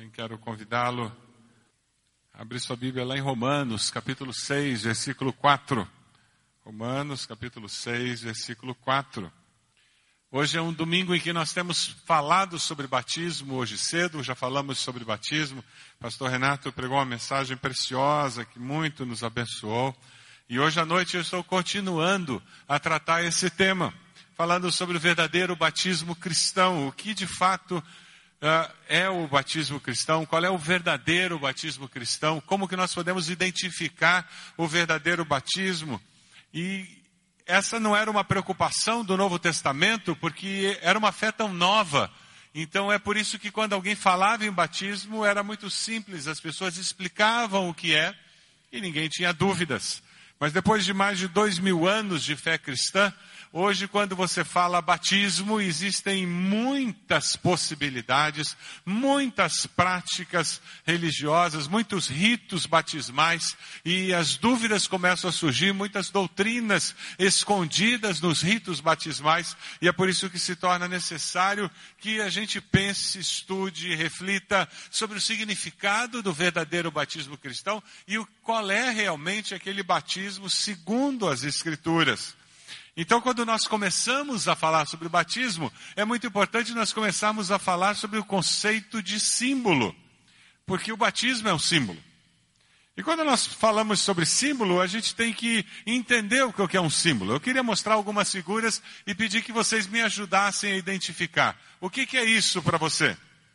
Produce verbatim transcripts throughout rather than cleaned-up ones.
Também quero convidá-lo a abrir sua Bíblia lá em Romanos, capítulo seis, versículo quatro. Romanos, capítulo seis, versículo quatro. Hoje é um domingo em que nós temos falado sobre batismo. Hoje cedo já falamos sobre batismo. Pastor Renato pregou uma mensagem preciosa que muito nos abençoou. E hoje à noite eu estou continuando a tratar esse tema, falando sobre o verdadeiro batismo cristão. O que de fato uh, é o batismo cristão? Qual é o verdadeiro batismo cristão? Como que nós podemos identificar o verdadeiro batismo? E essa não era uma preocupação do Novo Testamento, porque era uma fé tão nova. Então é por isso que quando alguém falava em batismo, era muito simples. As pessoas explicavam o que é e ninguém tinha dúvidas. Mas depois de mais de dois mil anos de fé cristã, hoje quando você fala batismo, existem muitas possibilidades, muitas práticas religiosas, muitos ritos batismais, e as dúvidas começam a surgir, muitas doutrinas escondidas nos ritos batismais, e é por isso que se torna necessário que a gente pense, estude, reflita sobre o significado do verdadeiro batismo cristão e o, qual é realmente aquele batismo segundo as Escrituras. Então, quando nós começamos a falar sobre o batismo, é muito importante nós começarmos a falar sobre o conceito de símbolo, porque o batismo é um símbolo. E quando nós falamos sobre símbolo, a gente tem que entender o que é um símbolo. Eu queria mostrar algumas figuras e pedir que vocês me ajudassem a identificar. O que que é isso para você?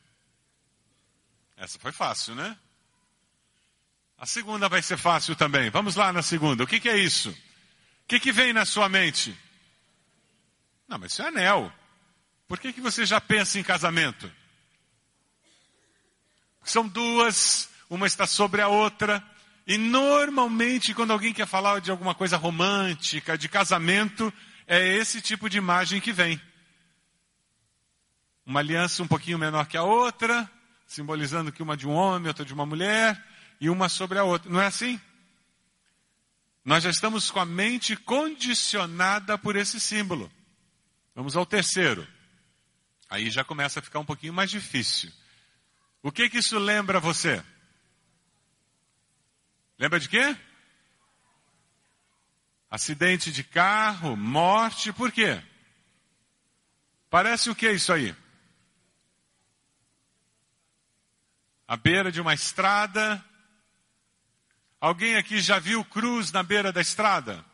Essa foi fácil, né? A segunda vai ser fácil também. Vamos lá na segunda. O que que é isso? O que que vem na sua mente? Não, mas isso é anel. Por que que você já pensa em casamento? São duas, uma está sobre a outra. E normalmente quando alguém quer falar de alguma coisa romântica, de casamento, é esse tipo de imagem que vem. Uma aliança um pouquinho menor que a outra, simbolizando que uma de um homem, outra de uma mulher, e uma sobre a outra. Não é assim? Nós já estamos com a mente condicionada por esse símbolo. Vamos ao terceiro. Aí já começa a ficar um pouquinho mais difícil. O que que isso lembra você? Lembra de quê? Acidente de carro, morte, por quê? Parece o que isso aí? À beira de uma estrada. Alguém aqui já viu cruz na beira da estrada?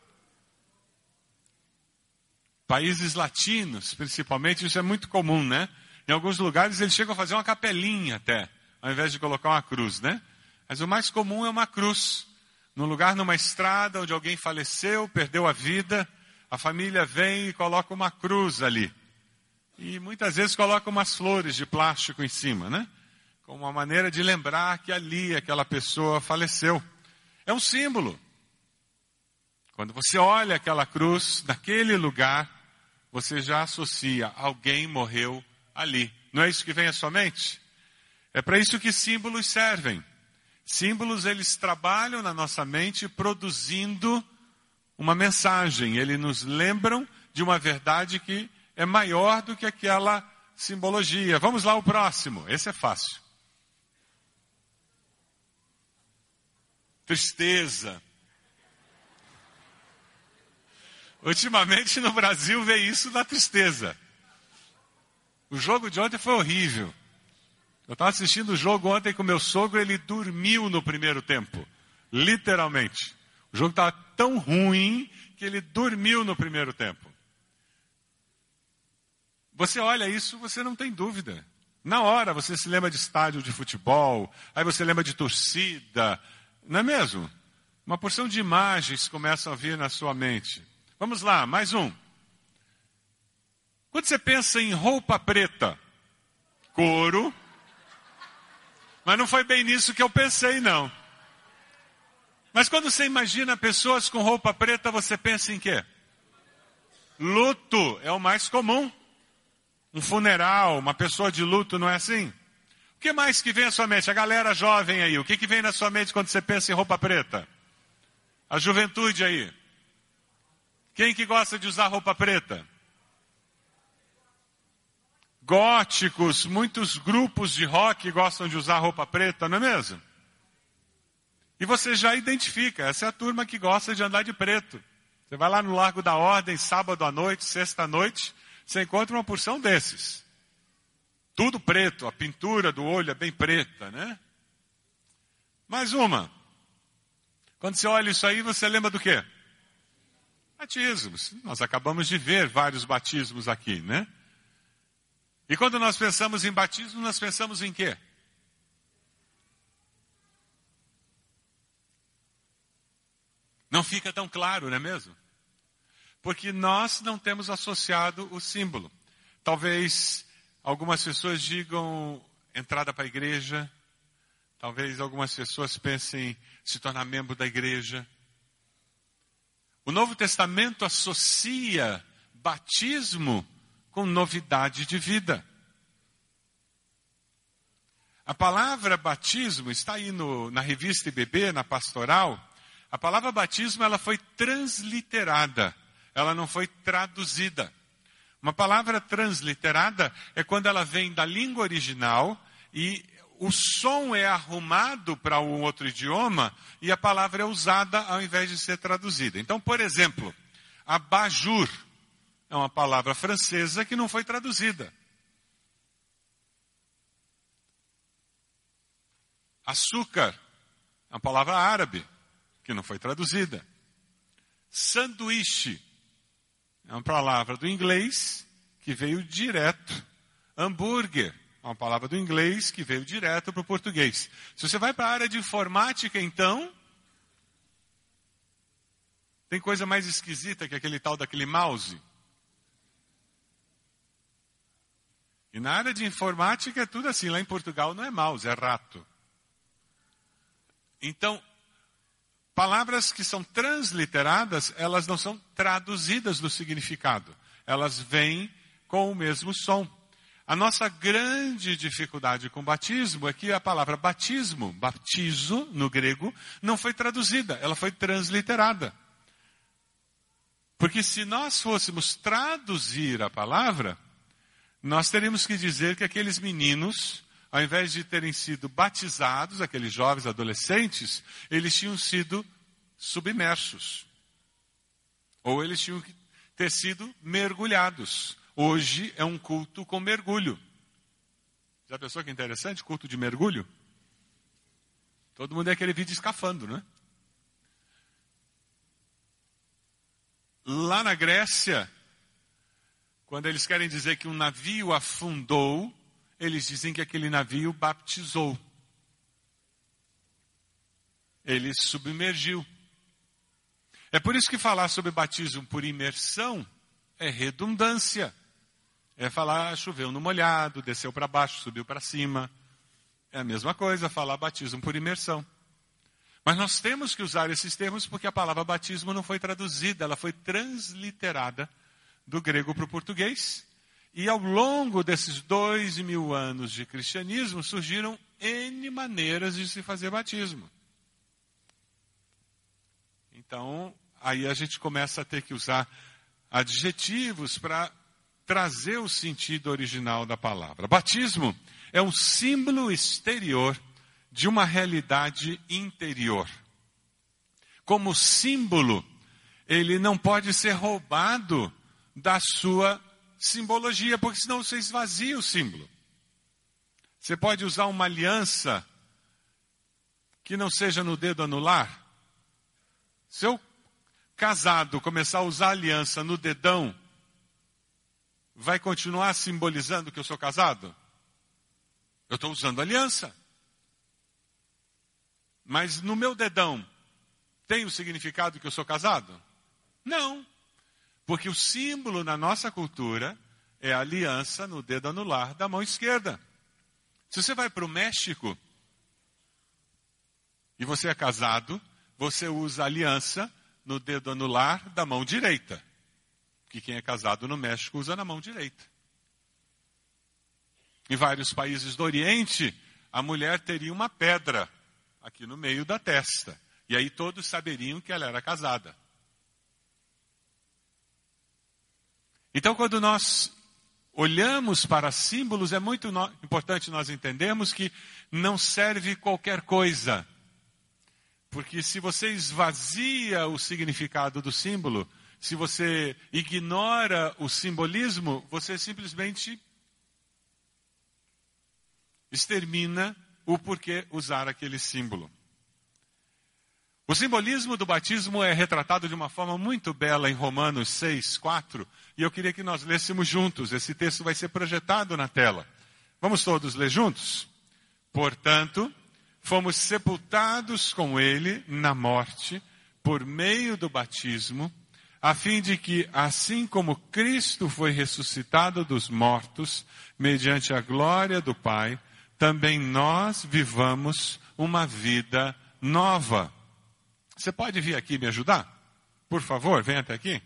Países latinos, principalmente, isso é muito comum, né? Em alguns lugares eles chegam a fazer uma capelinha até, ao invés de colocar uma cruz, né? Mas o mais comum é uma cruz. Num lugar, numa estrada, onde alguém faleceu, perdeu a vida, a família vem e coloca uma cruz ali. E muitas vezes coloca umas flores de plástico em cima, né? Como uma maneira de lembrar que ali aquela pessoa faleceu. É um símbolo. Quando você olha aquela cruz, naquele lugar, você já associa, alguém morreu ali. Não é isso que vem à sua mente? É para isso que símbolos servem. Símbolos, eles trabalham na nossa mente produzindo uma mensagem. Eles nos lembram de uma verdade que é maior do que aquela simbologia. Vamos lá, o próximo. Esse é fácil. Tristeza. Ultimamente no Brasil vê isso da tristeza. O jogo de ontem foi horrível. Eu estava assistindo o jogo ontem com meu sogro, ele dormiu no primeiro tempo. Literalmente. O jogo estava tão ruim que ele dormiu no primeiro tempo. Você olha isso, você não tem dúvida. Na hora você se lembra de estádio de futebol, aí você lembra de torcida. Não é mesmo? Uma porção de imagens começam a vir na sua mente. Vamos lá, mais um. Quando você pensa em roupa preta, couro, mas não foi bem nisso que eu pensei, não. Mas quando você imagina pessoas com roupa preta, você pensa em quê? Luto é o mais comum. Um funeral, uma pessoa de luto, não é assim? O que mais que vem à sua mente? A galera jovem aí, o que que vem na sua mente quando você pensa em roupa preta? A juventude aí. Quem que gosta de usar roupa preta? góticos, muitos grupos de rock gostam de usar roupa preta, não é mesmo? E você já identifica, essa é a turma que gosta de andar de preto. Você vai lá no Largo da Ordem, sábado à noite, sexta à noite, você encontra uma porção desses. Tudo preto, a pintura do olho é bem preta, né? Mais uma. Quando você olha isso aí, você lembra do quê? Batismos. Nós acabamos de ver vários batismos aqui, né? E quando nós pensamos em batismo, nós pensamos em quê? Não fica tão claro, não é mesmo? Porque nós não temos associado o símbolo. Talvez algumas pessoas digam entrada para a igreja. Talvez algumas pessoas pensem em se tornar membro da igreja. O Novo Testamento associa batismo com novidade de vida. A palavra batismo está aí no, na revista I B B, na pastoral. A palavra batismo ela foi transliterada, ela não foi traduzida. Uma palavra transliterada é quando ela vem da língua original e o som é arrumado para um outro idioma e a palavra é usada ao invés de ser traduzida. Então, por exemplo, abajur é uma palavra francesa que não foi traduzida. Açúcar é uma palavra árabe que não foi traduzida. Sanduíche é uma palavra do inglês que veio direto. Hambúrguer é uma palavra do inglês que veio direto para o português. Se você vai para a área de informática, então, tem coisa mais esquisita que aquele tal daquele mouse. E na área de informática é tudo assim. Lá em Portugal não é mouse, é rato. Então, palavras que são transliteradas, elas não são traduzidas no significado. Elas vêm com o mesmo som. A nossa grande dificuldade com batismo é que a palavra batismo, baptizo, no grego, não foi traduzida, ela foi transliterada. Porque se nós fôssemos traduzir a palavra, nós teríamos que dizer que aqueles meninos, ao invés de terem sido batizados, aqueles jovens adolescentes, eles tinham sido submersos. Ou eles tinham que ter sido mergulhados. Hoje é um culto com mergulho. Já pensou que interessante? Culto de mergulho? Todo mundo é aquele vídeo escafando, né? Lá na Grécia, quando eles querem dizer que um navio afundou, eles dizem que aquele navio baptizou. Ele submergiu. É por isso que falar sobre batismo por imersão é redundância. É falar choveu no molhado, desceu para baixo, subiu para cima. É a mesma coisa falar batismo por imersão. Mas nós temos que usar esses termos porque a palavra batismo não foi traduzida, ela foi transliterada do grego para o português. E ao longo desses dois mil anos de cristianismo, surgiram N maneiras de se fazer batismo. Então, aí a gente começa a ter que usar adjetivos para trazer o sentido original da palavra. Batismo é um símbolo exterior de uma realidade interior. Como símbolo, ele não pode ser roubado da sua simbologia, porque senão você esvazia o símbolo. Você pode usar uma aliança que não seja no dedo anular. Se eu, casado, começar a usar aliança no dedão, vai continuar simbolizando que eu sou casado? Eu estou usando aliança. Mas no meu dedão, tem o significado que eu sou casado? Não. Porque o símbolo na nossa cultura é a aliança no dedo anular da mão esquerda. Se você vai para o México e você é casado, você usa a aliança no dedo anular da mão direita. Porque quem é casado no México usa na mão direita. Em vários países do Oriente, a mulher teria uma pedra aqui no meio da testa. E aí todos saberiam que ela era casada. Então, quando nós olhamos para símbolos, é muito no- importante nós entendermos que não serve qualquer coisa. Porque se você esvazia o significado do símbolo, se você ignora o simbolismo, você simplesmente extermina o porquê usar aquele símbolo. O simbolismo do batismo é retratado de uma forma muito bela em Romanos seis, quatro, e eu queria que nós lêssemos juntos. Esse texto vai ser projetado na tela. Vamos todos ler juntos? Portanto, fomos sepultados com ele na morte, por meio do batismo, a fim de que, assim como Cristo foi ressuscitado dos mortos, mediante a glória do Pai, também nós vivamos uma vida nova. Você pode vir aqui me ajudar? Por favor, venha até aqui.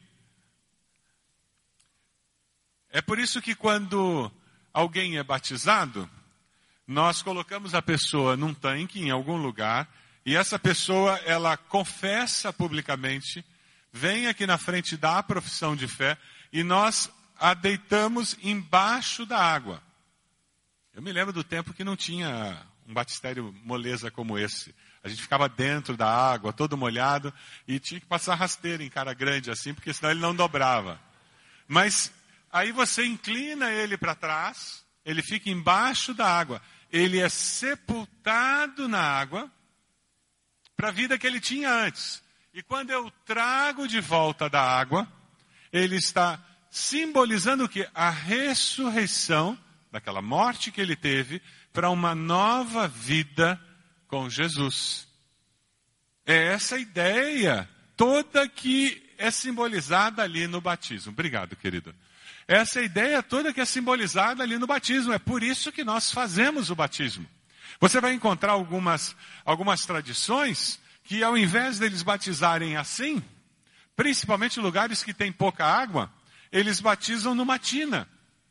É por isso que quando alguém é batizado, nós colocamos a pessoa num tanque em algum lugar, e essa pessoa, ela confessa publicamente, vem aqui na frente da profissão de fé, e nós a deitamos embaixo da água. Eu me lembro do tempo que não tinha um batistério moleza como esse. A gente ficava dentro da água, todo molhado, e tinha que passar rasteira em cara grande assim, porque senão ele não dobrava. Mas aí você inclina ele para trás, ele fica embaixo da água. Ele é sepultado na água para a vida que ele tinha antes. E quando eu trago de volta da água, ele está simbolizando o quê? A ressurreição daquela morte que ele teve para uma nova vida com Jesus. É essa ideia toda que é simbolizada ali no batismo. Obrigado, querido. Essa ideia toda que é simbolizada ali no batismo. É por isso que nós fazemos o batismo. Você vai encontrar algumas, algumas tradições que, ao invés deles batizarem assim, principalmente em lugares que tem pouca água, eles batizam numa tina.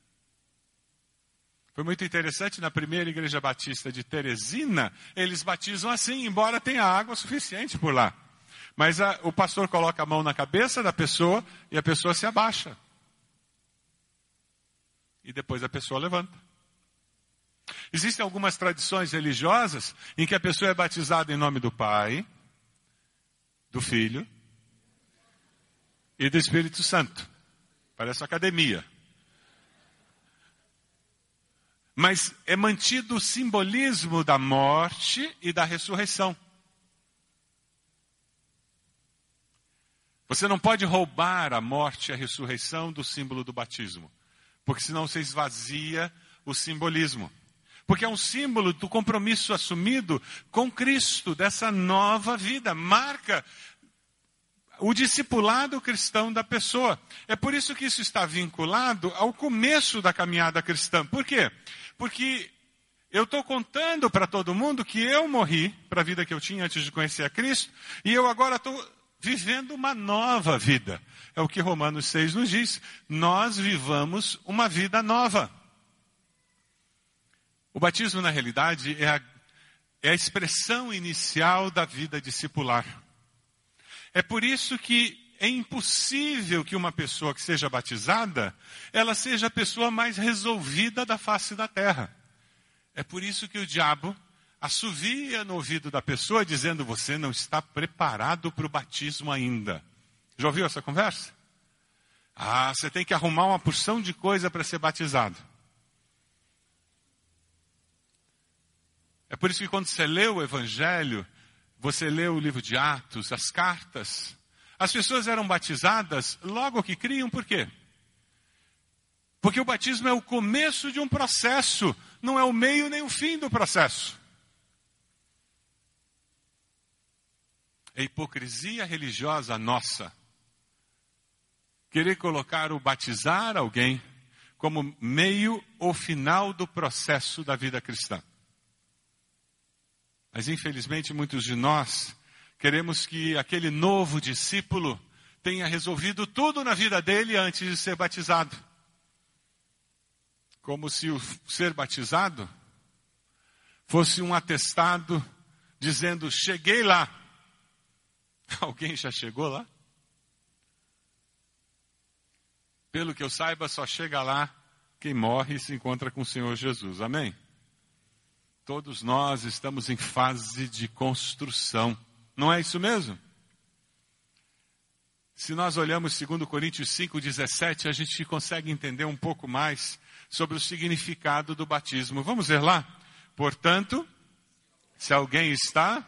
Foi muito interessante, na primeira igreja batista de Teresina, eles batizam assim, embora tenha água suficiente por lá. Mas a, o pastor coloca a mão na cabeça da pessoa e a pessoa se abaixa. E depois a pessoa levanta. Existem algumas tradições religiosas em que a pessoa é batizada em nome do Pai, do Filho e do Espírito Santo. Parece uma academia. Mas é mantido o simbolismo da morte e da ressurreição. Você não pode roubar a morte e a ressurreição do símbolo do batismo, porque senão você esvazia o simbolismo. Porque é um símbolo do compromisso assumido com Cristo, dessa nova vida. Marca o discipulado cristão da pessoa. É por isso que isso está vinculado ao começo da caminhada cristã. Por quê? Porque eu estou contando para todo mundo que eu morri para a vida que eu tinha antes de conhecer a Cristo, e eu agora estou vivendo uma nova vida. É o que Romanos seis nos diz. Nós vivamos uma vida nova. O batismo, na realidade, é a, é a expressão inicial da vida discipular. É por isso que é impossível que uma pessoa que seja batizada, ela seja a pessoa mais resolvida da face da terra. É por isso que o diabo assovia no ouvido da pessoa, dizendo, você não está preparado para o batismo ainda. Já ouviu essa conversa? Ah, você tem que arrumar uma porção de coisa para ser batizado. É por isso que quando você lê o Evangelho, você lê o livro de Atos, as cartas, as pessoas eram batizadas logo que criam, por quê? Porque o batismo é o começo de um processo, não é o meio nem o fim do processo. É hipocrisia religiosa nossa querer colocar o batizar alguém como meio ou final do processo da vida cristã. Mas infelizmente muitos de nós queremos que aquele novo discípulo tenha resolvido tudo na vida dele antes de ser batizado. Como se o ser batizado fosse um atestado dizendo, cheguei lá. Alguém já chegou lá? Pelo que eu saiba, só chega lá quem morre se encontra com o Senhor Jesus. Amém? Todos nós estamos em fase de construção. Não é isso mesmo? Se nós olhamos segundo Coríntios cinco, dezessete, a gente consegue entender um pouco mais sobre o significado do batismo. Vamos ver lá? Portanto, se alguém está...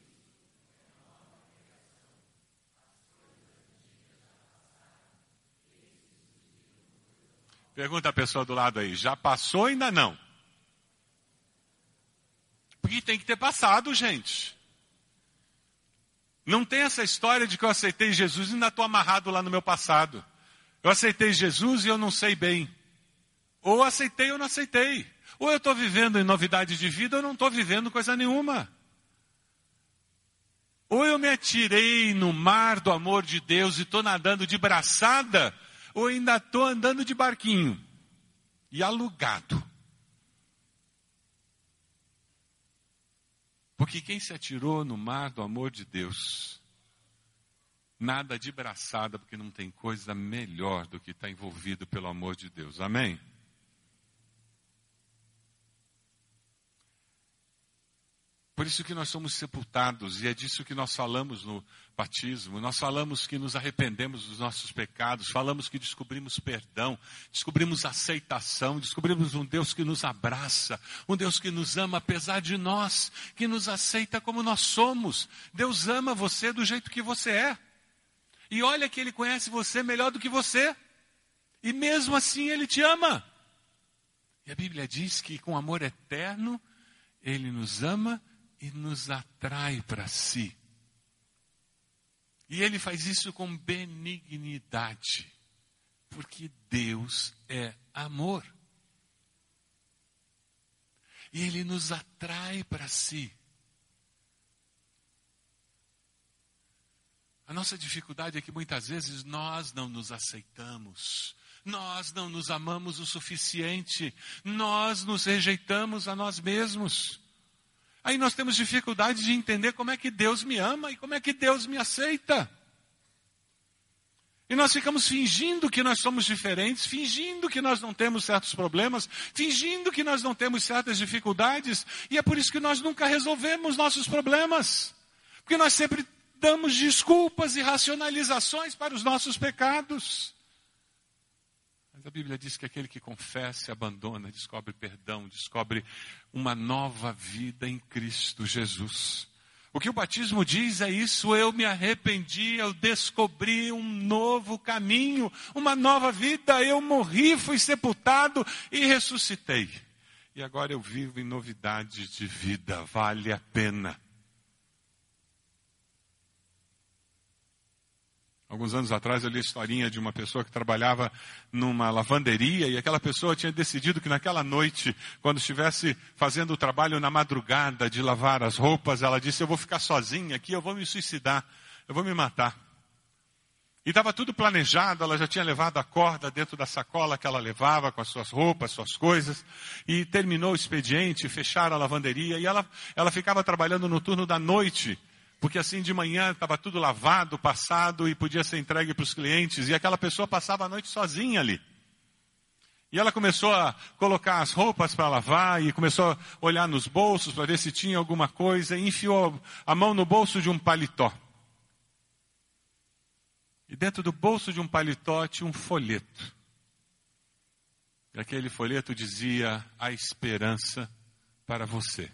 Pergunta a pessoa do lado aí, já passou ou ainda não? Porque tem que ter passado, gente. Não tem essa história de que eu aceitei Jesus e ainda estou amarrado lá no meu passado. Eu aceitei Jesus e eu não sei bem. Ou aceitei ou não aceitei. Ou eu estou vivendo em novidade de vida ou não estou vivendo coisa nenhuma. Ou eu me atirei no mar do amor de Deus e estou nadando de braçada, ou ainda estou andando de barquinho e alugado. Porque quem se atirou no mar do amor de Deus, nada de braçada, porque não tem coisa melhor do que estar envolvido pelo amor de Deus. Amém? Por isso que nós somos sepultados, e é disso que nós falamos no batismo. Nós falamos que nos arrependemos dos nossos pecados, falamos que descobrimos perdão, descobrimos aceitação, descobrimos um Deus que nos abraça, um Deus que nos ama apesar de nós, que nos aceita como nós somos. Deus ama você do jeito que você é. E olha que Ele conhece você melhor do que você. E mesmo assim Ele te ama. E a Bíblia diz que com amor eterno, Ele nos ama e nos atrai para si. E Ele faz isso com benignidade, porque Deus é amor. E Ele nos atrai para si. A nossa dificuldade é que muitas vezes nós não nos aceitamos, nós não nos amamos o suficiente, nós nos rejeitamos a nós mesmos. Aí nós temos dificuldade de entender como é que Deus me ama e como é que Deus me aceita. E nós ficamos fingindo que nós somos diferentes, fingindo que nós não temos certos problemas, fingindo que nós não temos certas dificuldades. E é por isso que nós nunca resolvemos nossos problemas. Porque nós sempre damos desculpas e racionalizações para os nossos pecados. Mas a Bíblia diz que aquele que confessa e abandona, descobre perdão, descobre uma nova vida em Cristo Jesus. O que o batismo diz é isso: eu me arrependi, eu descobri um novo caminho, uma nova vida, eu morri, fui sepultado e ressuscitei. E agora eu vivo em novidade de vida, vale a pena. Alguns anos atrás eu li a historinha de uma pessoa que trabalhava numa lavanderia e aquela pessoa tinha decidido que naquela noite, quando estivesse fazendo o trabalho na madrugada de lavar as roupas, ela disse: eu vou ficar sozinha aqui, eu vou me suicidar, eu vou me matar. E estava tudo planejado, ela já tinha levado a corda dentro da sacola que ela levava com as suas roupas, suas coisas, e terminou o expediente, fecharam a lavanderia e ela, ela ficava trabalhando no turno da noite. Porque assim de manhã estava tudo lavado, passado e podia ser entregue para os clientes. E aquela pessoa passava a noite sozinha ali. E ela começou a colocar as roupas para lavar e começou a olhar nos bolsos para ver se tinha alguma coisa. E enfiou a mão no bolso de um paletó. E dentro do bolso de um paletó tinha um folheto. E aquele folheto dizia: a esperança para você.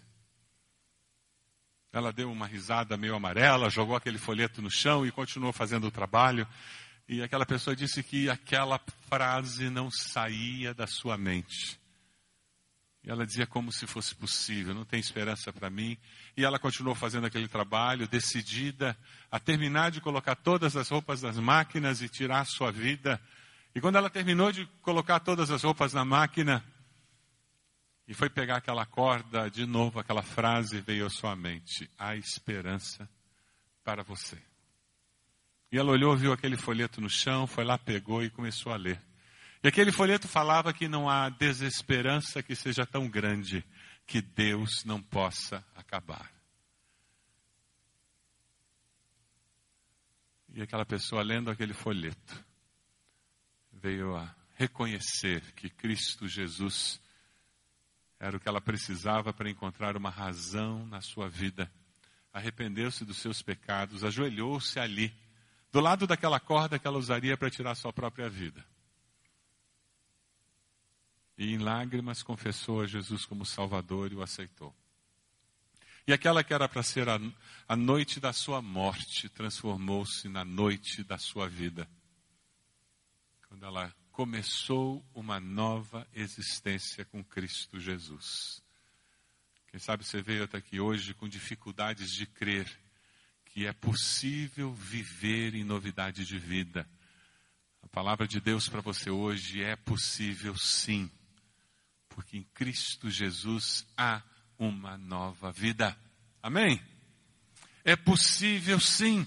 Ela deu uma risada meio amarela, jogou aquele folheto no chão e continuou fazendo o trabalho. E aquela pessoa disse que aquela frase não saía da sua mente. E ela dizia como se fosse possível, não tem esperança para mim. E ela continuou fazendo aquele trabalho, decidida a terminar de colocar todas as roupas das máquinas e tirar a sua vida. E quando ela terminou de colocar todas as roupas na máquina, e foi pegar aquela corda, de novo aquela frase veio à sua mente: há esperança para você. E ela olhou, viu aquele folheto no chão, foi lá, pegou e começou a ler. E aquele folheto falava que não há desesperança que seja tão grande que Deus não possa acabar. E aquela pessoa lendo aquele folheto veio a reconhecer que Cristo Jesus era o que ela precisava para encontrar uma razão na sua vida. Arrependeu-se dos seus pecados, ajoelhou-se ali, do lado daquela corda que ela usaria para tirar sua própria vida. E em lágrimas confessou a Jesus como Salvador e o aceitou. E aquela que era para ser a, a noite da sua morte, transformou-se na noite da sua vida. Quando ela começou uma nova existência com Cristo Jesus. Quem sabe você veio até aqui hoje com dificuldades de crer que é possível viver em novidade de vida. A palavra de Deus para você hoje é possível sim, porque em Cristo Jesus há uma nova vida. Amém? É possível sim.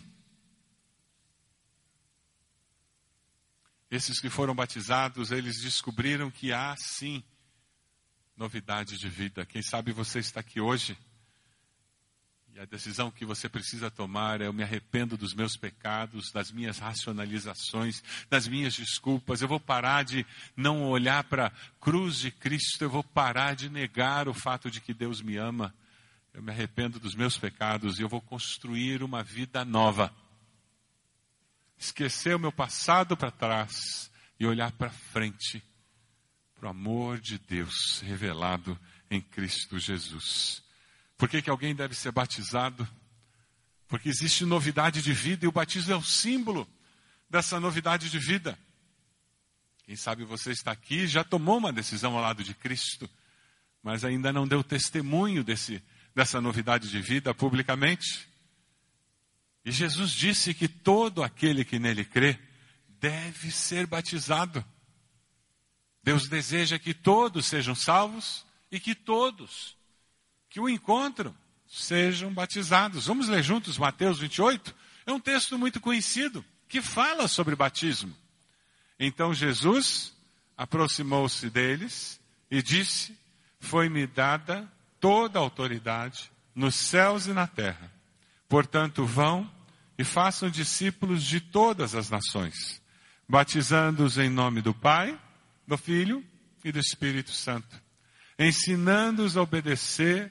Esses que foram batizados, eles descobriram que há sim novidade de vida. Quem sabe você está aqui hoje e a decisão que você precisa tomar é: eu me arrependo dos meus pecados, das minhas racionalizações, das minhas desculpas. Eu vou parar de não olhar para a cruz de Cristo, eu vou parar de negar o fato de que Deus me ama. Eu me arrependo dos meus pecados e eu vou construir uma vida nova. Esquecer o meu passado para trás e olhar para frente, para o amor de Deus revelado em Cristo Jesus. Por que que alguém deve ser batizado? Porque existe novidade de vida e o batismo é o símbolo dessa novidade de vida. Quem sabe você está aqui e já tomou uma decisão ao lado de Cristo, mas ainda não deu testemunho desse, dessa novidade de vida publicamente. E Jesus disse que todo aquele que nele crê deve ser batizado. Deus deseja que todos sejam salvos e que todos que o encontram sejam batizados. Vamos ler juntos Mateus vinte e oito? É um texto muito conhecido que fala sobre batismo. Então Jesus aproximou-se deles e disse: foi-me dada toda a autoridade nos céus e na terra. Portanto, vão e façam discípulos de todas as nações, batizando-os em nome do Pai, do Filho e do Espírito Santo, ensinando-os a obedecer,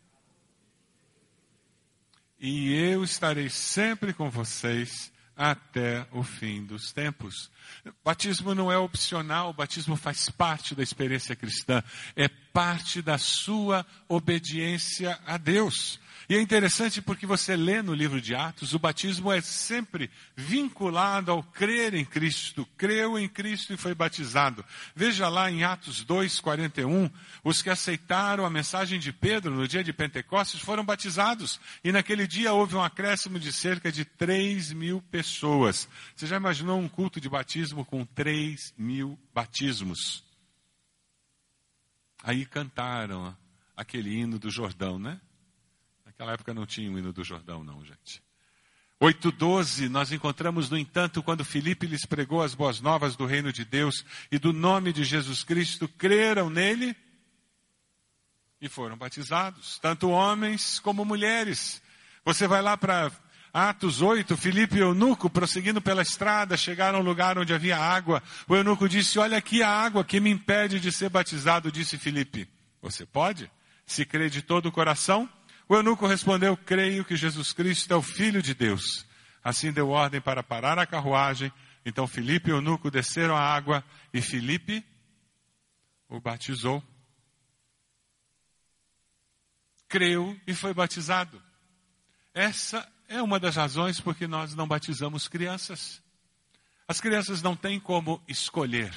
e eu estarei sempre com vocês até o fim dos tempos. Batismo não é opcional, o batismo faz parte da experiência cristã, é parte da sua obediência a Deus. E é interessante porque você lê no livro de Atos, o batismo é sempre vinculado ao crer em Cristo. Creu em Cristo e foi batizado. Veja lá em Atos dois, quarenta e um, os que aceitaram a mensagem de Pedro no dia de Pentecostes foram batizados. E naquele dia houve um acréscimo de cerca de três mil pessoas. Você já imaginou um culto de batismo com três mil batismos? Aí cantaram aquele hino do Jordão, né? Naquela época não tinha o hino do Jordão, não, gente. oito, doze, nós encontramos, no entanto, quando Filipe lhes pregou as boas novas do reino de Deus e do nome de Jesus Cristo, creram nele e foram batizados, tanto homens como mulheres. Você vai lá para Atos oito, Filipe e o eunuco, prosseguindo pela estrada, chegaram a um lugar onde havia água. O eunuco disse: olha aqui a água que me impede de ser batizado. Disse Filipe: você pode, se crê de todo o coração? O eunuco respondeu: creio que Jesus Cristo é o Filho de Deus. Assim deu ordem para parar a carruagem. Então Filipe e o eunuco desceram a água e Filipe o batizou. Creu e foi batizado. Essa é uma das razões por que nós não batizamos crianças. As crianças não têm como escolher.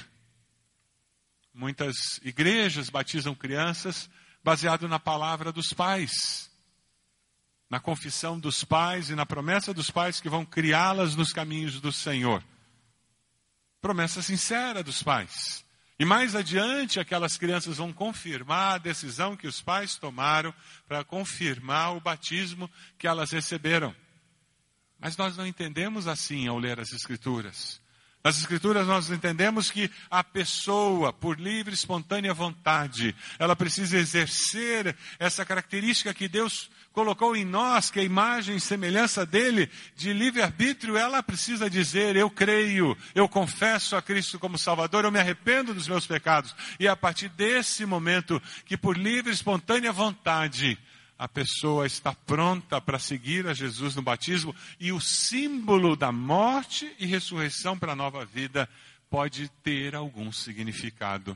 Muitas igrejas batizam crianças baseado na palavra dos pais, na confissão dos pais e na promessa dos pais que vão criá-las nos caminhos do Senhor. Promessa sincera dos pais. E mais adiante, aquelas crianças vão confirmar a decisão que os pais tomaram para confirmar o batismo que elas receberam. Mas nós não entendemos assim ao ler as Escrituras. Nas Escrituras nós entendemos que a pessoa, por livre e espontânea vontade, ela precisa exercer essa característica que Deus colocou em nós, que é a imagem e semelhança dele, de livre-arbítrio. Ela precisa dizer: eu creio, eu confesso a Cristo como Salvador, eu me arrependo dos meus pecados. E é a partir desse momento que, por livre e espontânea vontade, a pessoa está pronta para seguir a Jesus no batismo, e o símbolo da morte e ressurreição para a nova vida pode ter algum significado.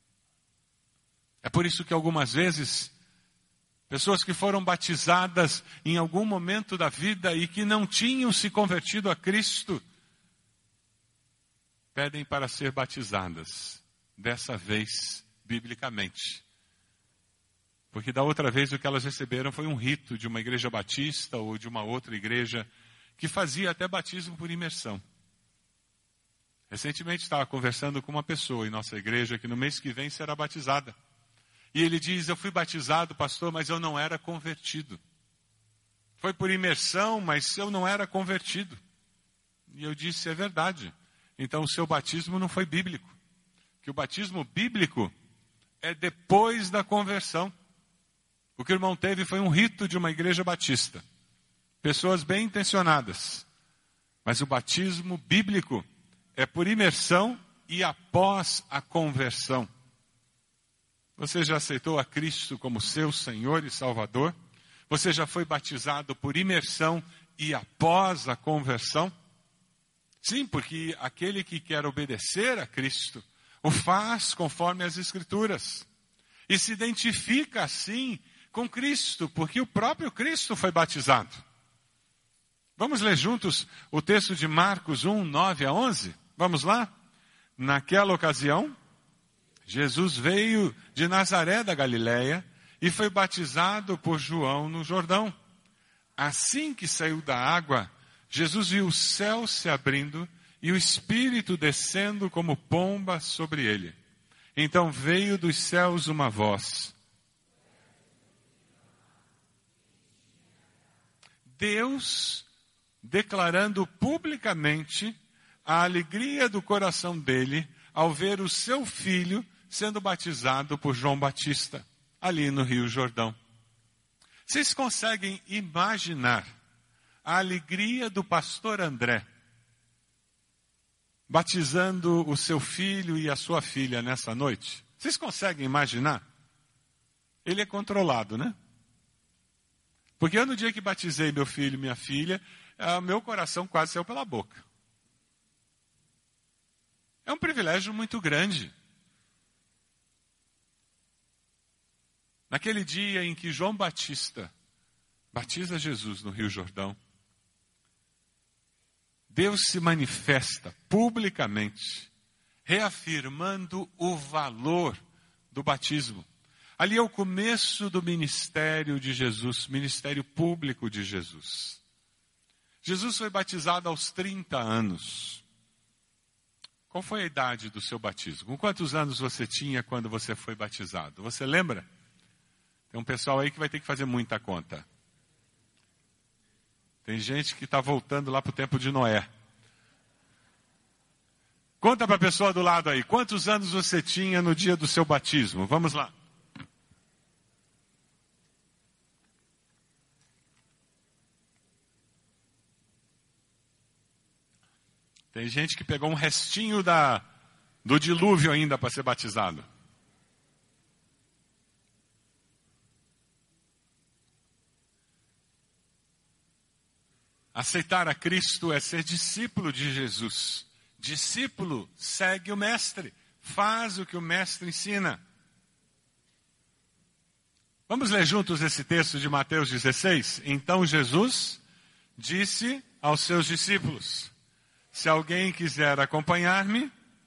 É por isso que algumas vezes, pessoas que foram batizadas em algum momento da vida e que não tinham se convertido a Cristo, pedem para ser batizadas, dessa vez, biblicamente. Porque da outra vez o que elas receberam foi um rito de uma igreja batista ou de uma outra igreja que fazia até batismo por imersão. Recentemente estava conversando com uma pessoa em nossa igreja que no mês que vem será batizada. E ele diz: eu fui batizado, pastor, mas eu não era convertido. Foi por imersão, mas eu não era convertido. E eu disse: é verdade. Então o seu batismo não foi bíblico. Que o batismo bíblico é depois da conversão. O que o irmão teve foi um rito de uma igreja batista. Pessoas bem intencionadas. Mas o batismo bíblico é por imersão e após a conversão. Você já aceitou a Cristo como seu Senhor e Salvador? Você já foi batizado por imersão e após a conversão? Sim, porque aquele que quer obedecer a Cristo o faz conforme as Escrituras. E se identifica assim com Cristo, porque o próprio Cristo foi batizado. Vamos ler juntos o texto de Marcos um, nove a onze? Vamos lá? Naquela ocasião, Jesus veio de Nazaré da Galileia e foi batizado por João no Jordão. Assim que saiu da água, Jesus viu o céu se abrindo e o Espírito descendo como pomba sobre ele. Então veio dos céus uma voz: Deus declarando publicamente a alegria do coração dele ao ver o seu filho sendo batizado por João Batista, ali no Rio Jordão. Vocês conseguem imaginar a alegria do pastor André batizando o seu filho e a sua filha nessa noite? Vocês conseguem imaginar? Ele é controlado, né? Porque eu, no dia que batizei meu filho e minha filha, uh, meu coração quase saiu pela boca. É um privilégio muito grande. Naquele dia em que João Batista batiza Jesus no Rio Jordão, Deus se manifesta publicamente, reafirmando o valor do batismo. Ali é o começo do ministério de Jesus, ministério público de Jesus. Jesus foi batizado aos trinta anos. Qual foi a idade do seu batismo? Com quantos anos você tinha quando você foi batizado? Você lembra? Tem um pessoal aí que vai ter que fazer muita conta. Tem gente que está voltando lá para o tempo de Noé. Conta para a pessoa do lado aí, quantos anos você tinha no dia do seu batismo? Vamos lá. Tem gente que pegou um restinho da, do dilúvio ainda para ser batizado. Aceitar a Cristo é ser discípulo de Jesus. Discípulo segue o mestre, faz o que o mestre ensina. Vamos ler juntos esse texto de Mateus dezesseis? Então Jesus disse aos seus discípulos: se alguém quiser acompanhar-me,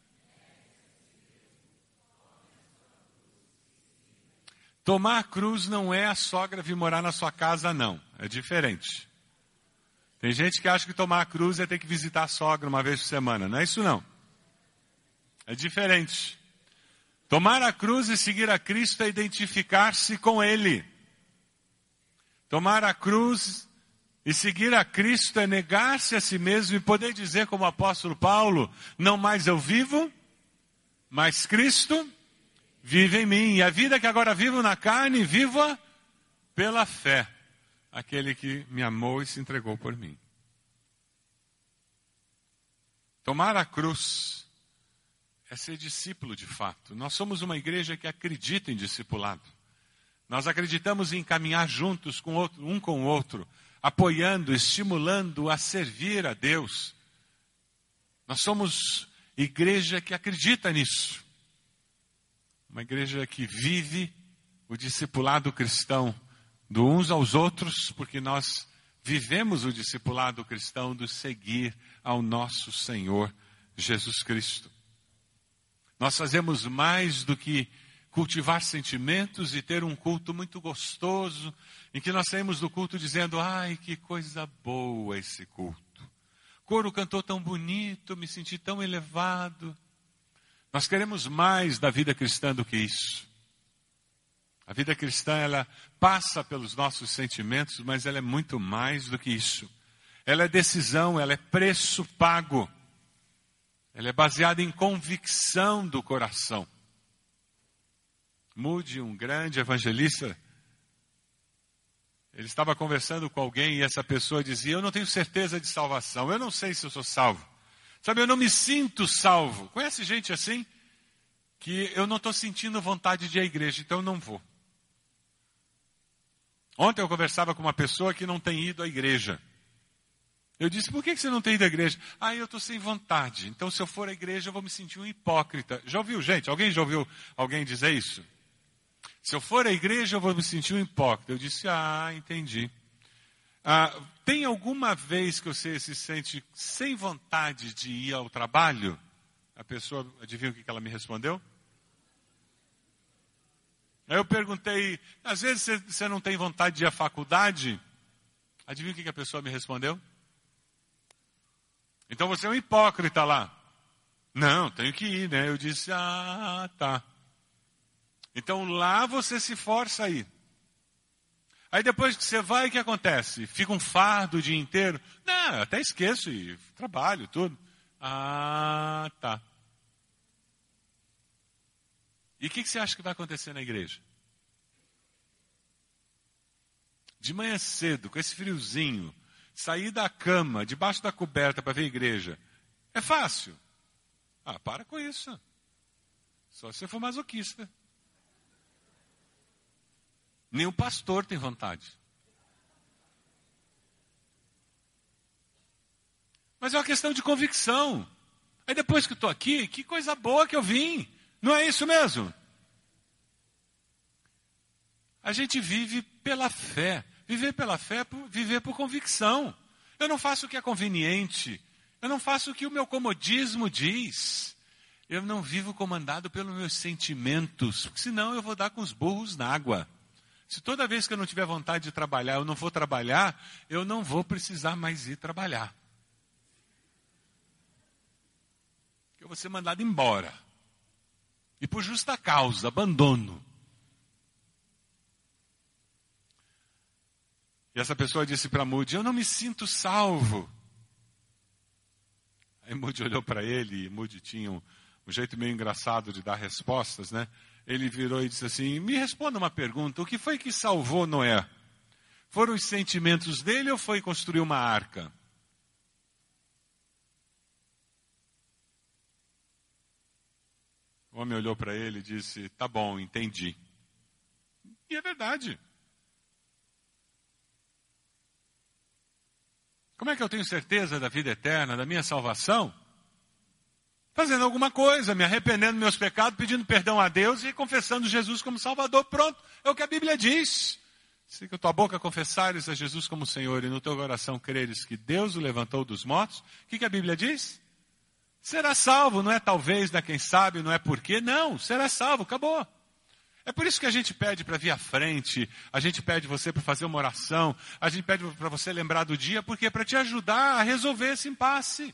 tomar a cruz não é a sogra vir morar na sua casa, não. É diferente. Tem gente que acha que tomar a cruz é ter que visitar a sogra uma vez por semana. Não é isso, não. É diferente. Tomar a cruz e seguir a Cristo é identificar-se com Ele. Tomar a cruz E seguir a Cristo é negar-se a si mesmo e poder dizer como o apóstolo Paulo, não mais eu vivo, mas Cristo vive em mim. E a vida que agora vivo na carne, vivo-a pela fé. Aquele que me amou e se entregou por mim. Tomar a cruz é ser discípulo de fato. Nós somos uma igreja que acredita em discipulado. Nós acreditamos em caminhar juntos com outro, um com o outro, apoiando, estimulando a servir a Deus. Nós somos igreja que acredita nisso. Uma igreja que vive o discipulado cristão do uns aos outros, porque nós vivemos o discipulado cristão do seguir ao nosso Senhor Jesus Cristo. Nós fazemos mais do que cultivar sentimentos e ter um culto muito gostoso, em que nós saímos do culto dizendo, ai, que coisa boa esse culto. O coro cantou tão bonito, me senti tão elevado. Nós queremos mais da vida cristã do que isso. A vida cristã, ela passa pelos nossos sentimentos, mas ela é muito mais do que isso. Ela é decisão, ela é preço pago. Ela é baseada em convicção do coração. Moody, um grande evangelista, ele estava conversando com alguém e essa pessoa dizia, eu não tenho certeza de salvação, eu não sei se eu sou salvo. Sabe, eu não me sinto salvo. Conhece gente assim? Que eu não estou sentindo vontade de ir à igreja, então eu não vou. Ontem eu conversava com uma pessoa que não tem ido à igreja. Eu disse, por que você não tem ido à igreja? Ah, eu estou sem vontade. Então se eu for à igreja eu vou me sentir um hipócrita. Já ouviu, gente? Alguém já ouviu alguém dizer isso? Se eu for à igreja eu vou me sentir um hipócrita. Eu disse, ah, entendi. Ah, tem alguma vez que você se sente sem vontade de ir ao trabalho? A pessoa, adivinha o que ela me respondeu? Aí eu perguntei, às vezes você não tem vontade de ir à faculdade? Adivinha o que a pessoa me respondeu? Então você é um hipócrita lá. Não, tenho que ir, né? Eu disse, ah, tá. Então lá você se força a ir. Aí depois que você vai, o que acontece? Fica um fardo o dia inteiro? Não, eu até esqueço e trabalho, tudo. Ah, tá. E o que, que você acha que vai acontecer na igreja? De manhã cedo, com esse friozinho, sair da cama, debaixo da coberta para ver a igreja, é fácil? Ah, para com isso. Só se você for masoquista. Nem o pastor tem vontade. Mas é uma questão de convicção. Aí depois que eu estou aqui, que coisa boa que eu vim. Não é isso mesmo? A gente vive pela fé. Viver pela fé é viver por convicção. Eu não faço o que é conveniente. Eu não faço o que o meu comodismo diz. Eu não vivo comandado pelos meus sentimentos, porque senão eu vou dar com os burros na água. Se toda vez que eu não tiver vontade de trabalhar, eu não vou trabalhar, eu não vou precisar mais ir trabalhar. Eu vou ser mandado embora. E por justa causa, abandono. E essa pessoa disse para Moody, eu não me sinto salvo. Aí Moody olhou para ele, e Moody tinha um, um jeito meio engraçado de dar respostas, né? Ele virou e disse assim, me responda uma pergunta, o que foi que salvou Noé? Foram os sentimentos dele ou foi construir uma arca? O homem olhou para ele e disse, tá bom, entendi. E é verdade. Como é que eu tenho certeza da vida eterna, da minha salvação? Fazendo alguma coisa, me arrependendo dos meus pecados, pedindo perdão a Deus e confessando Jesus como Salvador. Pronto, é o que a Bíblia diz. Se com a tua boca confessares a Jesus como Senhor e no teu coração creres que Deus o levantou dos mortos, o que, que a Bíblia diz? Será salvo, não é talvez, não é quem sabe, não é porquê, não, será salvo, acabou. É por isso que a gente pede para vir à frente, a gente pede você para fazer uma oração, a gente pede para você lembrar do dia, porque é para te ajudar a resolver esse impasse.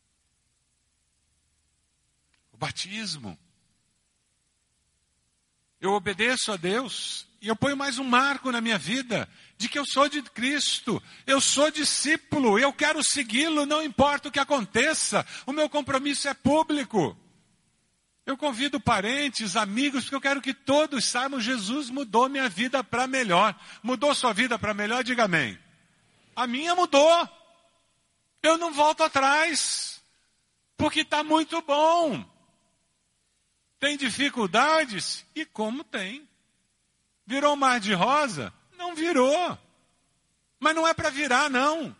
O batismo. Eu obedeço a Deus e eu ponho mais um marco na minha vida de que eu sou de Cristo, eu sou discípulo, eu quero segui-lo, não importa o que aconteça, o meu compromisso é público. Eu convido parentes, amigos, porque eu quero que todos saibam, Jesus mudou minha vida para melhor. Mudou sua vida para melhor? Diga amém. A minha mudou. Eu não volto atrás, porque está muito bom. Tem dificuldades? E como tem? Virou um mar de rosa? Não virou. Mas não é para virar, não.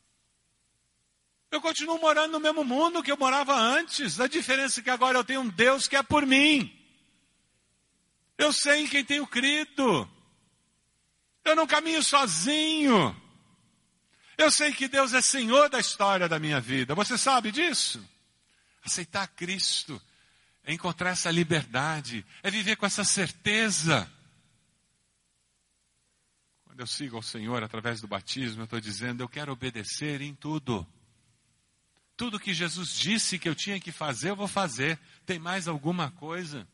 Eu continuo morando no mesmo mundo que eu morava antes. A diferença é que agora eu tenho um Deus que é por mim. Eu sei em quem tenho crido. Eu não caminho sozinho. Eu sei que Deus é Senhor da história da minha vida. Você sabe disso? Aceitar Cristo é encontrar essa liberdade, é viver com essa certeza. Quando eu sigo ao Senhor através do batismo, eu estou dizendo, eu quero obedecer em tudo. Tudo que Jesus disse que eu tinha que fazer, eu vou fazer. Tem mais alguma coisa?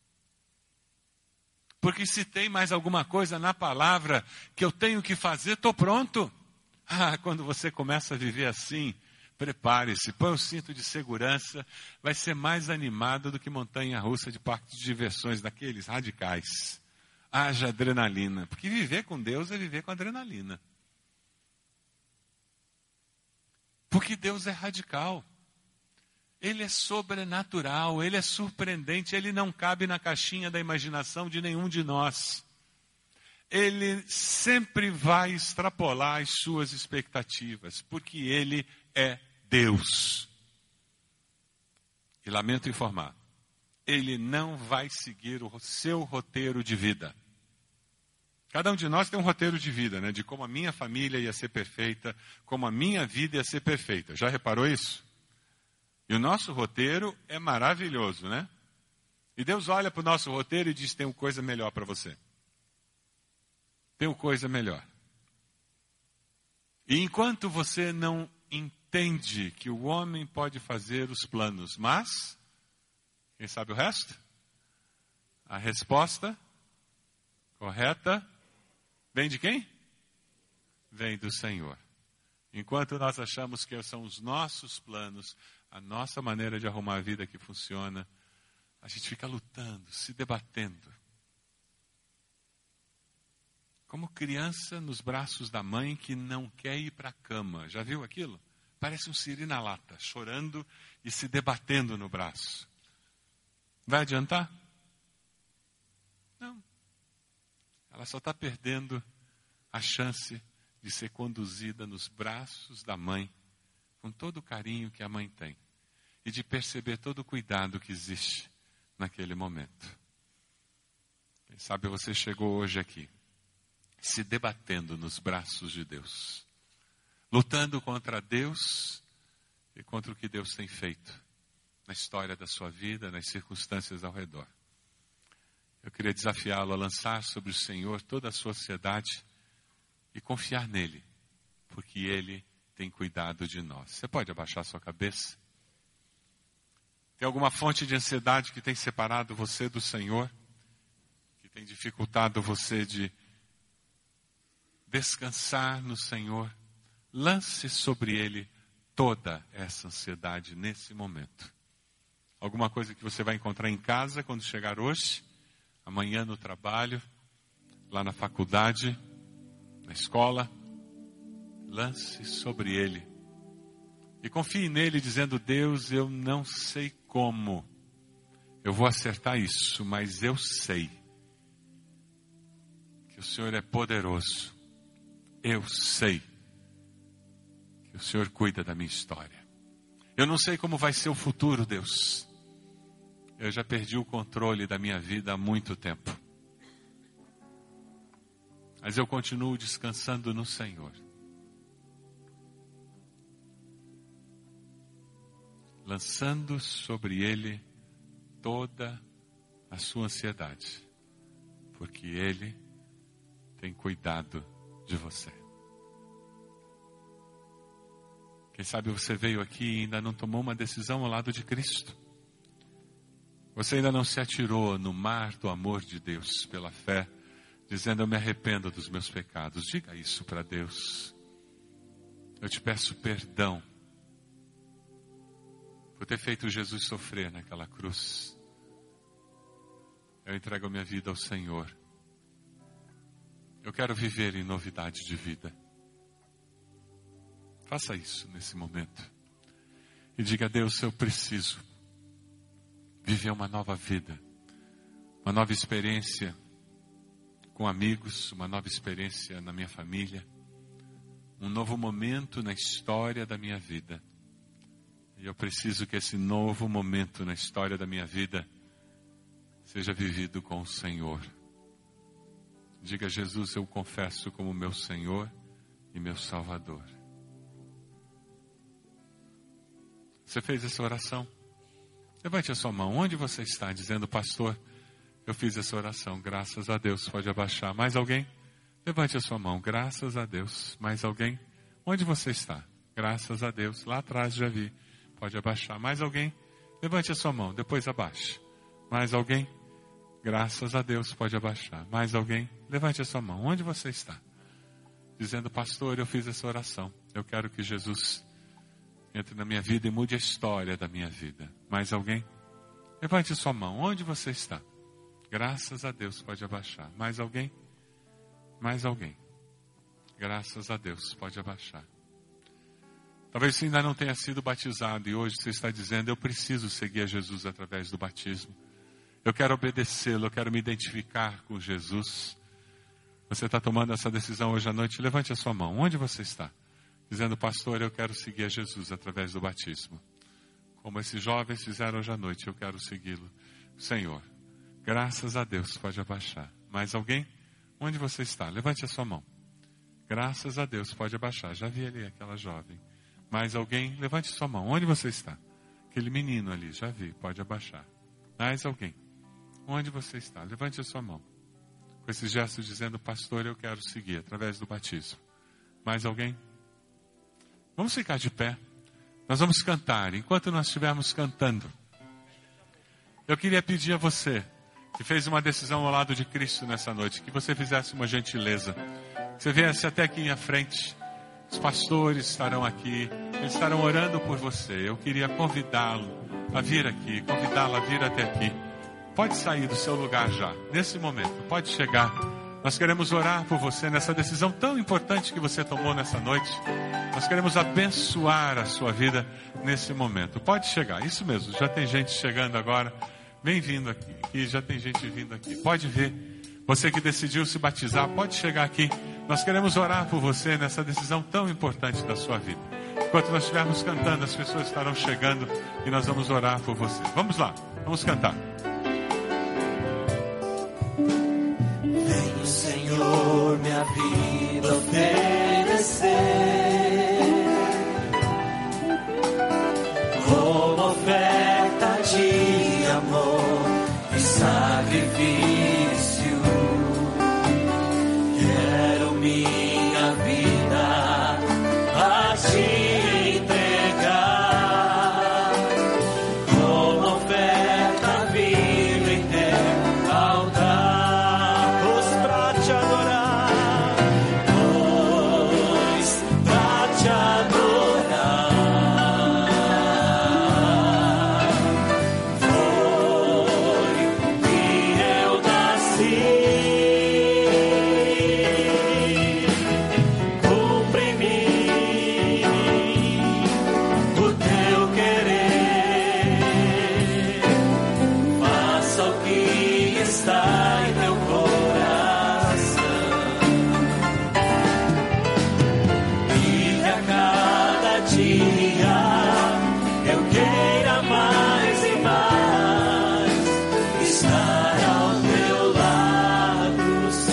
Porque se tem mais alguma coisa na palavra que eu tenho que fazer, estou pronto. Ah, quando você começa a viver assim, prepare-se, põe o cinto de segurança, vai ser mais animado do que montanha-russa de parque de diversões, daqueles radicais. Haja adrenalina, porque viver com Deus é viver com adrenalina. Porque Deus é radical. Ele é sobrenatural, Ele é surpreendente, Ele não cabe na caixinha da imaginação de nenhum de nós. Ele sempre vai extrapolar as suas expectativas, porque Ele é Deus. E lamento informar, Ele não vai seguir o seu roteiro de vida. Cada um de nós tem um roteiro de vida, né? De como a minha família ia ser perfeita, como a minha vida ia ser perfeita. Já reparou isso? E o nosso roteiro é maravilhoso, né? E Deus olha para o nosso roteiro e diz, tem uma coisa melhor para você. Tem uma coisa melhor. E enquanto você não entende que o homem pode fazer os planos, mas, quem sabe o resto? A resposta correta vem de quem? Vem do Senhor. Enquanto nós achamos que são os nossos planos, a nossa maneira de arrumar a vida que funciona, a gente fica lutando, se debatendo. Como criança nos braços da mãe que não quer ir para a cama. Já viu aquilo? Parece um siri na lata, chorando e se debatendo no braço. Vai adiantar? Não. Ela só está perdendo a chance de ser conduzida nos braços da mãe, com todo o carinho que a mãe tem, e de perceber todo o cuidado que existe naquele momento. Quem sabe você chegou hoje aqui, se debatendo nos braços de Deus, lutando contra Deus e contra o que Deus tem feito na história da sua vida, nas circunstâncias ao redor. Eu queria desafiá-lo a lançar sobre o Senhor toda a sua ansiedade e confiar nele, porque Ele tem cuidado de nós. Você pode abaixar sua cabeça? Tem alguma fonte de ansiedade que tem separado você do Senhor? Que tem dificultado você de descansar no Senhor? Lance sobre Ele toda essa ansiedade nesse momento. Alguma coisa que você vai encontrar em casa quando chegar hoje, amanhã no trabalho, lá na faculdade, na escola, lance sobre Ele. E confie nele dizendo, Deus, eu não sei como eu vou acertar isso, mas eu sei que o Senhor é poderoso. Eu sei que o Senhor cuida da minha história. Eu não sei como vai ser o futuro, Deus. Eu já perdi o controle da minha vida há muito tempo. Mas eu continuo descansando no Senhor. Lançando sobre Ele toda a sua ansiedade. Porque Ele tem cuidado de você. Quem sabe você veio aqui e ainda não tomou uma decisão ao lado de Cristo. Você ainda não se atirou no mar do amor de Deus pela fé, dizendo: eu me arrependo dos meus pecados. Diga isso para Deus. Eu te peço perdão por ter feito Jesus sofrer naquela cruz. Eu entrego a minha vida ao Senhor. Eu quero viver em novidade de vida. Faça isso nesse momento. E diga a Deus: eu preciso viver uma nova vida, uma nova experiência com amigos, uma nova experiência na minha família, um novo momento na história da minha vida. E eu preciso que esse novo momento na história da minha vida seja vivido com o Senhor. Diga: Jesus, eu confesso como meu Senhor e meu Salvador. Você fez essa oração? Levante a sua mão. Onde você está? Dizendo: pastor, eu fiz essa oração. Graças a Deus. Pode abaixar. Mais alguém? Levante a sua mão. Graças a Deus. Mais alguém? Onde você está? Graças a Deus. Lá atrás já vi. Pode abaixar. Mais alguém? Levante a sua mão. Depois abaixe. Mais alguém? Graças a Deus. Pode abaixar. Mais alguém? Levante a sua mão. Onde você está? Dizendo: pastor, eu fiz essa oração. Eu quero que Jesus entre na minha vida e mude a história da minha vida. Mais alguém? Levante a sua mão. Onde você está? Graças a Deus. Pode abaixar. Mais alguém? Mais alguém? Graças a Deus. Pode abaixar. Talvez você ainda não tenha sido batizado e hoje você está dizendo: eu preciso seguir a Jesus através do batismo. Eu quero obedecê-lo, eu quero me identificar com Jesus. Você está tomando essa decisão hoje à noite? Levante a sua mão. Onde você está? Dizendo: pastor, eu quero seguir a Jesus através do batismo. Como esses jovens fizeram hoje à noite, eu quero segui-lo. Senhor, graças a Deus. Pode abaixar. Mais alguém? Onde você está? Levante a sua mão. Graças a Deus. Pode abaixar. Já vi ali aquela jovem. Mais alguém? Levante sua mão. Onde você está? Aquele menino ali. Já vi. Pode abaixar. Mais alguém? Onde você está? Levante a sua mão. Com esse gesto dizendo: pastor, eu quero seguir através do batismo. Mais alguém? Vamos ficar de pé. Nós vamos cantar. Enquanto nós estivermos cantando, eu queria pedir a você que fez uma decisão ao lado de Cristo nessa noite, que você fizesse uma gentileza, que você viesse até aqui à frente. Os pastores estarão aqui, eles estarão orando por você. Eu queria convidá-lo a vir aqui, convidá-lo a vir até aqui. Pode sair do seu lugar já, nesse momento, pode chegar. Nós queremos orar por você nessa decisão tão importante que você tomou nessa noite. Nós queremos abençoar a sua vida nesse momento. Pode chegar, isso mesmo, já tem gente chegando agora. Vem vindo aqui, aqui, já tem gente vindo aqui. Pode vir. Você que decidiu se batizar, pode chegar aqui. Nós queremos orar por você nessa decisão tão importante da sua vida. Enquanto nós estivermos cantando, as pessoas estarão chegando e nós vamos orar por você. Vamos lá, vamos cantar. Venho, Senhor, minha vida oferecer como oferta de amor e sacrifício. Quero minha vida a te entregar como oferta viva em teu altar, pois pra te adorar, pois pra te adorar foi que eu nasci. Cumpre em mim o teu querer, faça o que está em teu coração, e que a cada dia eu queira mais e mais estar ao teu lado,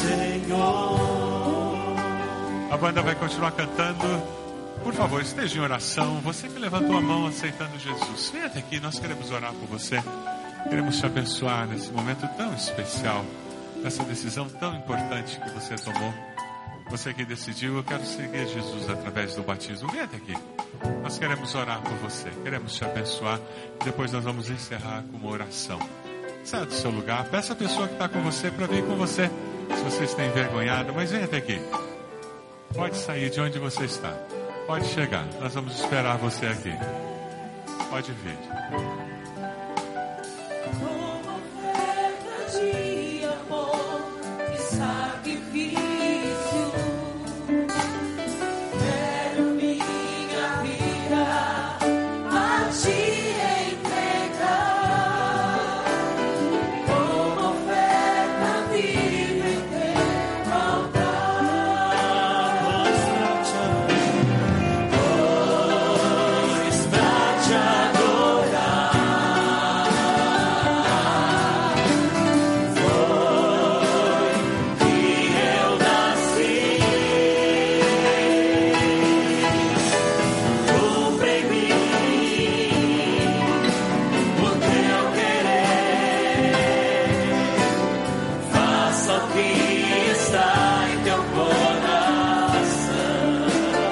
Senhor. A banda vai continuar cantando. Por favor, esteja em oração. Você que levantou a mão aceitando Jesus, vem até aqui, nós queremos orar por você. Queremos te abençoar nesse momento tão especial, nessa decisão tão importante que você tomou. Você que decidiu: eu quero seguir Jesus através do batismo, vem até aqui. Nós queremos orar por você, queremos te abençoar. Depois nós vamos encerrar com uma oração. Saia do seu lugar, peça a pessoa que está com você para vir com você. Se você está envergonhado, mas vem até aqui. Pode sair de onde você está. Pode chegar, nós vamos esperar você aqui. Pode vir. Como oferta de amor e sacrifício, quero minha vida a ti entregar. Como oferta viva em teu altar, pois pra te adorar foi que eu nasci. Cumpre em mim o teu querer, faça o que está em teu coração,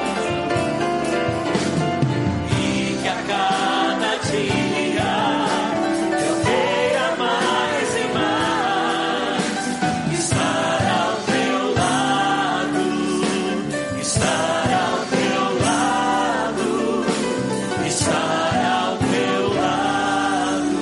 e que a cada dia eu queira mais e mais estar ao teu lado, estar ao teu lado, estar ao teu lado,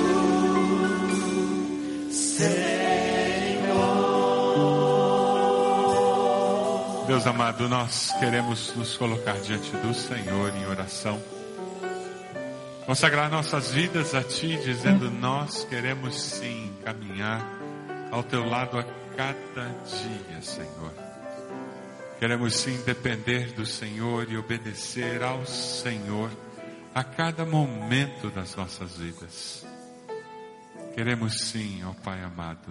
Senhor. Deus amado, nós queremos nos colocar diante do Senhor em oração. Consagrar nossas vidas a Ti, dizendo: nós queremos sim caminhar ao Teu lado a cada dia, Senhor. Queremos sim depender do Senhor e obedecer ao Senhor a cada momento das nossas vidas. Queremos sim, ó Pai amado,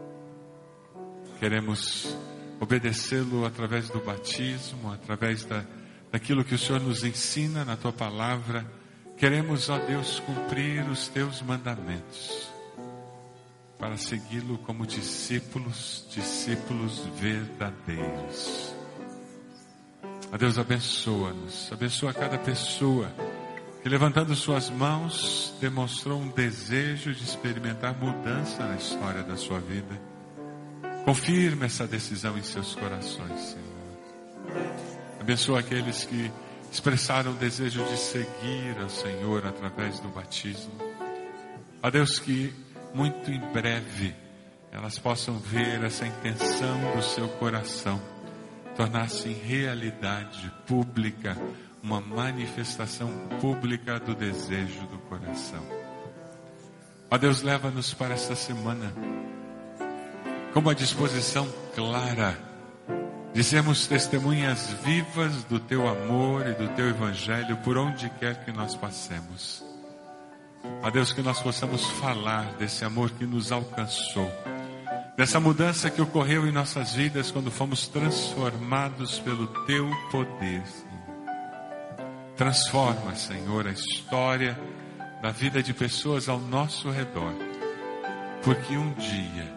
queremos obedecê-lo através do batismo, através da, daquilo que o Senhor nos ensina na Tua palavra. Queremos, ó Deus, cumprir os Teus mandamentos para segui-lo como discípulos, discípulos verdadeiros. Ó Deus, abençoa-nos, abençoa cada pessoa que, levantando suas mãos, demonstrou um desejo de experimentar mudança na história da sua vida. Confirma essa decisão em seus corações, Senhor. Abençoa aqueles que expressaram o desejo de seguir ao Senhor através do batismo. Ó Deus, que muito em breve elas possam ver essa intenção do seu coração tornar-se em realidade pública, uma manifestação pública do desejo do coração. Ó Deus, leva-nos para esta semana com uma disposição clara de sermos testemunhas vivas do Teu amor e do Teu Evangelho por onde quer que nós passemos. Ó Deus, que nós possamos falar desse amor que nos alcançou, dessa mudança que ocorreu em nossas vidas quando fomos transformados pelo Teu poder. Transforma, Senhor, a história da vida de pessoas ao nosso redor, porque um dia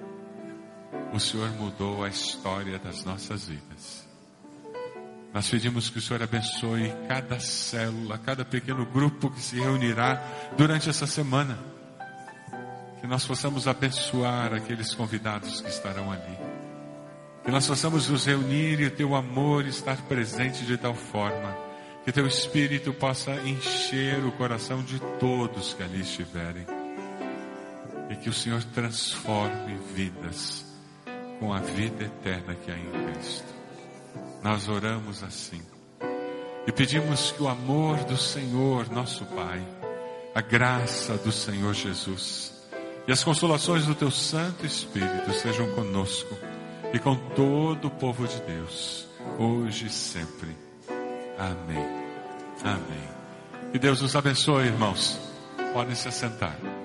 o Senhor mudou a história das nossas vidas. Nós pedimos que o Senhor abençoe cada célula, cada pequeno grupo que se reunirá durante essa semana. Que nós possamos abençoar aqueles convidados que estarão ali. Que nós possamos nos reunir e o Teu amor estar presente de tal forma que Teu Espírito possa encher o coração de todos que ali estiverem. E que o Senhor transforme vidas com a vida eterna que há em Cristo. Nós oramos assim e pedimos que o amor do Senhor, nosso Pai, a graça do Senhor Jesus e as consolações do Teu Santo Espírito sejam conosco e com todo o povo de Deus, hoje e sempre. Amém. Amém. Que Deus nos abençoe, irmãos. Podem se assentar.